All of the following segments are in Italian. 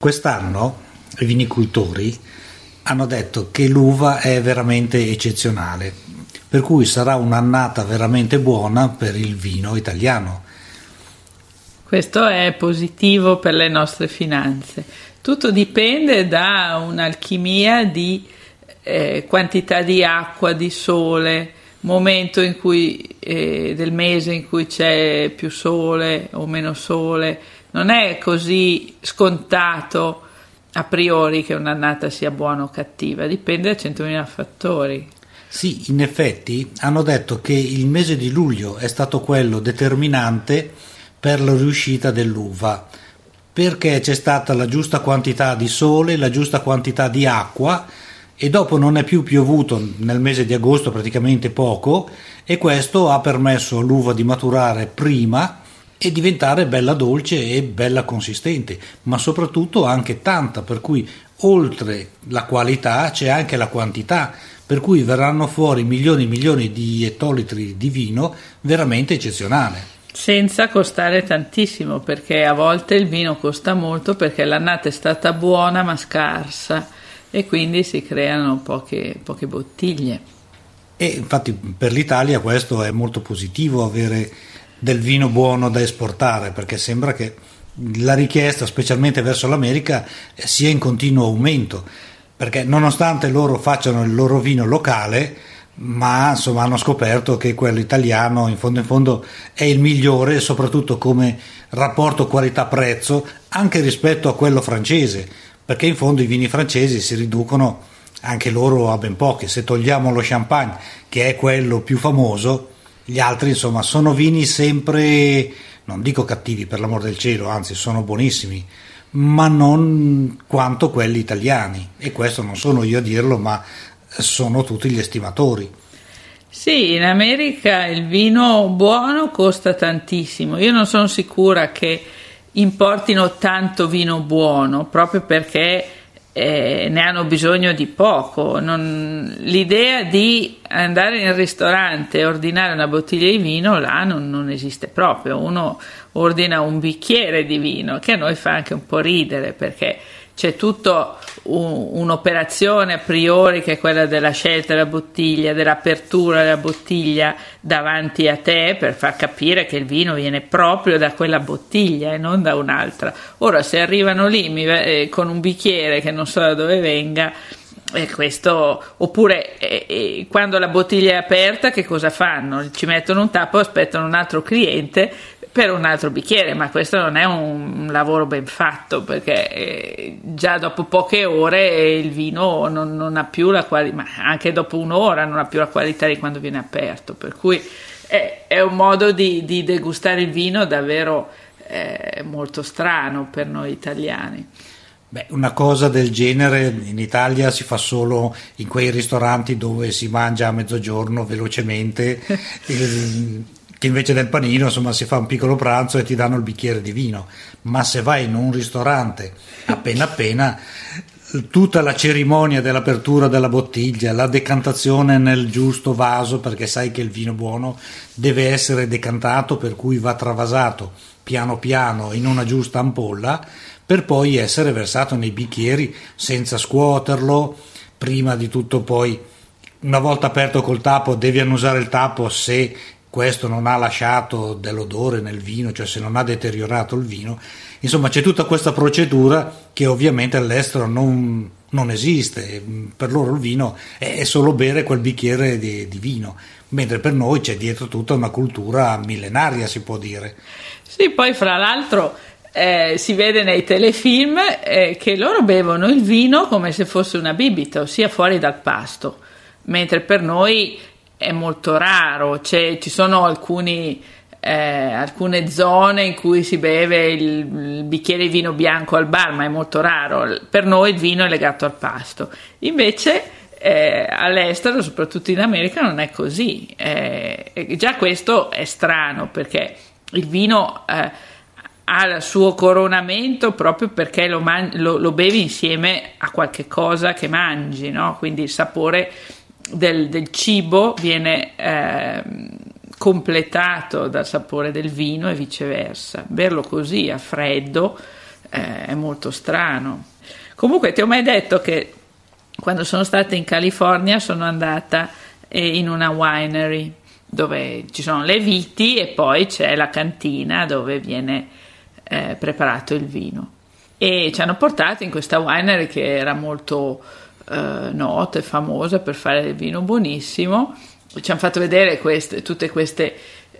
Quest'anno i vinicoltori hanno detto che l'uva è veramente eccezionale, per cui sarà un'annata veramente buona per il vino italiano. Questo è positivo per le nostre finanze. Tutto dipende da un'alchimia di quantità di acqua, di sole, momento in cui, del mese in cui c'è più sole o meno sole. Non è così scontato a priori che un'annata sia buona o cattiva, dipende da 100.000 fattori. Sì, in effetti hanno detto che il mese di luglio è stato quello determinante per la riuscita dell'uva, perché c'è stata la giusta quantità di sole, la giusta quantità di acqua, e dopo non è più piovuto nel mese di agosto, praticamente poco, e questo ha permesso all'uva di maturare prima e diventare bella dolce e bella consistente, ma soprattutto anche tanta, per cui oltre la qualità c'è anche la quantità, per cui verranno fuori milioni e milioni di ettolitri di vino veramente eccezionale. Senza costare tantissimo, perché a volte il vino costa molto perché l'annata è stata buona ma scarsa e quindi si creano poche bottiglie. E infatti per l'Italia questo è molto positivo, avere del vino buono da esportare, perché sembra che la richiesta, specialmente verso l'America, sia in continuo aumento, perché nonostante loro facciano il loro vino locale, ma insomma hanno scoperto che quello italiano in fondo è il migliore, soprattutto come rapporto qualità-prezzo, anche rispetto a quello francese, perché in fondo i vini francesi si riducono anche loro a ben pochi. Se togliamo lo champagne, che è quello più famoso, gli altri insomma sono vini sempre, non dico cattivi per l'amor del cielo, anzi sono buonissimi, ma non quanto quelli italiani, e questo non sono io a dirlo, ma sono tutti gli estimatori. Sì, in America il vino buono costa tantissimo. Io non sono sicura che importino tanto vino buono, proprio perché ne hanno bisogno di poco. L'idea di andare in ristorante e ordinare una bottiglia di vino là non esiste proprio. Uno ordina un bicchiere di vino, che a noi fa anche un po' ridere, perché c'è tutta un'operazione a priori che è quella della scelta della bottiglia, dell'apertura della bottiglia davanti a te, per far capire che il vino viene proprio da quella bottiglia e non da un'altra. Ora, se arrivano lì con un bicchiere che non so da dove venga, questo, oppure quando la bottiglia è aperta, che cosa fanno? Ci mettono un tappo, aspettano un altro cliente per un altro bicchiere, ma questo non è un lavoro ben fatto, perché già dopo poche ore il vino non ha più la qualità, ma anche dopo un'ora non ha più la qualità di quando viene aperto, per cui è un modo di degustare il vino davvero molto strano per noi italiani. Beh, una cosa del genere in Italia si fa solo in quei ristoranti dove si mangia a mezzogiorno velocemente, che invece del panino insomma si fa un piccolo pranzo e ti danno il bicchiere di vino. Ma se vai in un ristorante appena tutta la cerimonia dell'apertura della bottiglia, la decantazione nel giusto vaso, perché sai che il vino buono deve essere decantato, per cui va travasato piano piano in una giusta ampolla per poi essere versato nei bicchieri senza scuoterlo. Prima di tutto, poi una volta aperto col tappo devi annusare il tappo se questo non ha lasciato dell'odore nel vino, cioè se non ha deteriorato il vino. Insomma, c'è tutta questa procedura che ovviamente all'estero non esiste. Per loro il vino è solo bere quel bicchiere di vino, mentre per noi c'è dietro tutta una cultura millenaria, si può dire. Sì, poi fra l'altro si vede nei telefilm che loro bevono il vino come se fosse una bibita, ossia fuori dal pasto, mentre per noi è molto raro. Ci sono alcune zone in cui si beve il bicchiere di vino bianco al bar, ma è molto raro. Per noi il vino è legato al pasto, invece all'estero, soprattutto in America, non è così. Già questo è strano, perché il vino ha il suo coronamento proprio perché lo bevi insieme a qualche cosa che mangi, no? Quindi il sapore del cibo viene completato dal sapore del vino e viceversa. Berlo così a freddo è molto strano. Comunque ti ho mai detto che quando sono stata in California sono andata in una winery dove ci sono le viti e poi c'è la cantina dove viene preparato il vino, e ci hanno portato in questa winery che era molto nota e famosa per fare il vino buonissimo. Ci hanno fatto vedere tutte queste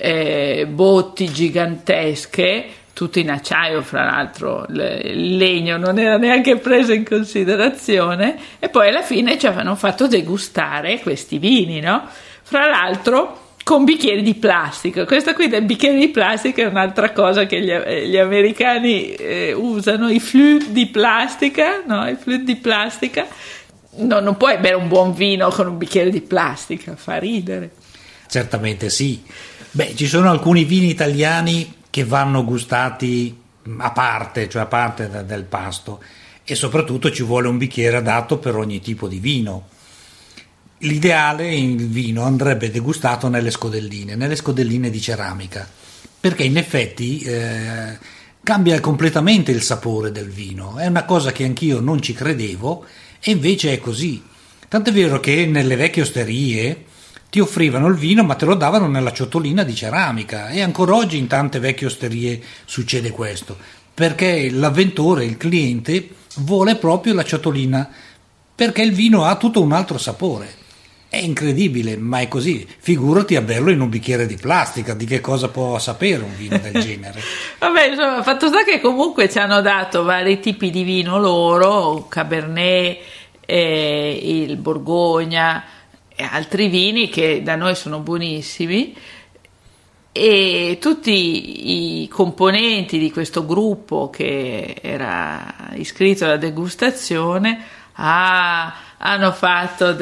botti gigantesche, tutto in acciaio, fra l'altro il legno non era neanche preso in considerazione, e poi alla fine ci avevano fatto degustare questi vini, no? Fra l'altro con bicchieri di plastica. Questa qui del bicchiere di plastica è un'altra cosa che gli americani usano, i flûte di plastica, no? I flûte di plastica. No, non puoi bere un buon vino con un bicchiere di plastica, fa ridere. Certamente sì. Beh, ci sono alcuni vini italiani che vanno gustati a parte, cioè a parte del pasto, e soprattutto ci vuole un bicchiere adatto per ogni tipo di vino. L'ideale, il vino andrebbe degustato nelle scodelline di ceramica, perché in effetti cambia completamente il sapore del vino. È una cosa che anch'io non ci credevo, e invece è così. Tant'è vero che nelle vecchie osterie ti offrivano il vino ma te lo davano nella ciotolina di ceramica, e ancora oggi in tante vecchie osterie succede questo, perché l'avventore, il cliente, vuole proprio la ciotolina, perché il vino ha tutto un altro sapore. È incredibile, ma è così. Figurati a berlo in un bicchiere di plastica, di che cosa può sapere un vino del genere? Vabbè, insomma, fatto sta che comunque ci hanno dato vari tipi di vino loro, Cabernet, il Borgogna e altri vini che da noi sono buonissimi, e tutti i componenti di questo gruppo che era iscritto alla degustazione hanno fatto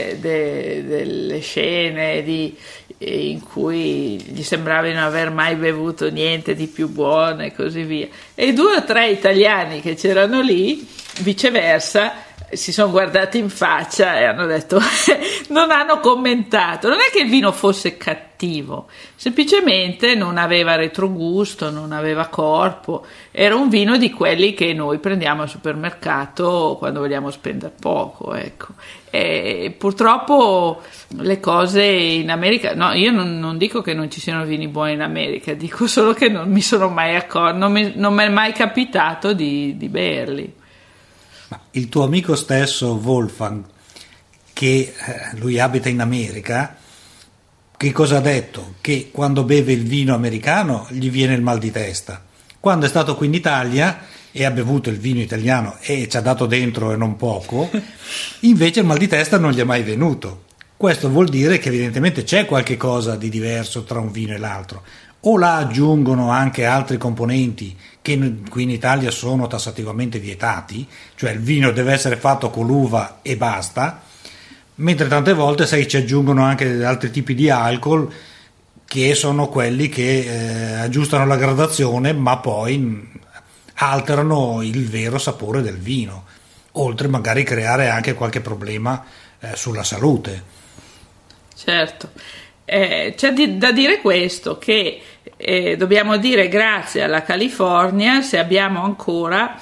delle scene in cui gli sembrava di non aver mai bevuto niente di più buono e così via, e 2 o 3 italiani che c'erano lì viceversa si sono guardati in faccia e hanno detto non hanno commentato. Non è che il vino fosse cattivo, semplicemente non aveva retrogusto, non aveva corpo, era un vino di quelli che noi prendiamo al supermercato quando vogliamo spendere poco, ecco. E purtroppo le cose in America, no, io non dico che non ci siano vini buoni in America, dico solo che non mi sono mai accorto, non mi è mai capitato di berli. Ma il tuo amico stesso Wolfgang, che lui abita in America, che cosa ha detto? Che quando beve il vino americano gli viene il mal di testa. Quando è stato qui in Italia e ha bevuto il vino italiano e ci ha dato dentro e non poco, invece il mal di testa non gli è mai venuto. Questo vuol dire che evidentemente c'è qualche cosa di diverso tra un vino e l'altro. O là aggiungono anche altri componenti che qui in Italia sono tassativamente vietati, cioè il vino deve essere fatto con l'uva e basta, mentre tante volte sai, ci aggiungono anche altri tipi di alcol che sono quelli che aggiustano la gradazione ma poi alterano il vero sapore del vino, oltre magari creare anche qualche problema sulla salute. Certo. C'è da dire questo, che dobbiamo dire grazie alla California se abbiamo ancora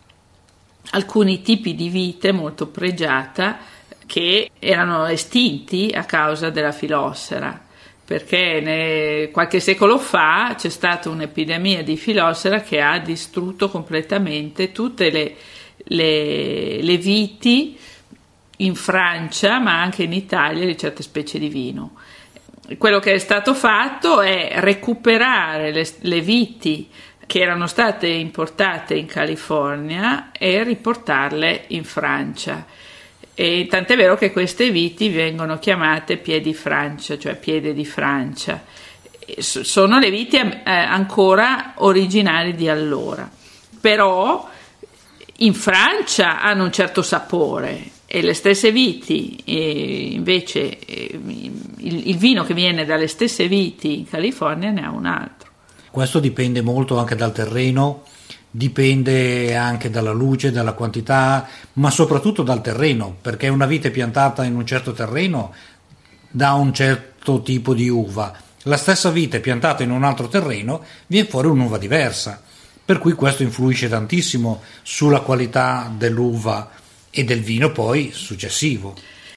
alcuni tipi di vite molto pregiata che erano estinti a causa della filossera, perché qualche secolo fa c'è stata un'epidemia di filossera che ha distrutto completamente tutte le viti in Francia ma anche in Italia di certe specie di vino. Quello che è stato fatto è recuperare le viti che erano state importate in California e riportarle in Francia, e tant'è vero che queste viti vengono chiamate piedi Francia, cioè piede di Francia. Sono le viti ancora originali di allora, però in Francia hanno un certo sapore, e le stesse viti, invece il vino che viene dalle stesse viti in California ne ha un altro. Questo dipende molto anche dal terreno, dipende anche dalla luce, dalla quantità, ma soprattutto dal terreno, perché una vite piantata in un certo terreno dà un certo tipo di uva. La stessa vite piantata in un altro terreno viene fuori un'uva diversa, per cui questo influisce tantissimo sulla qualità dell'uva e del vino poi successivo.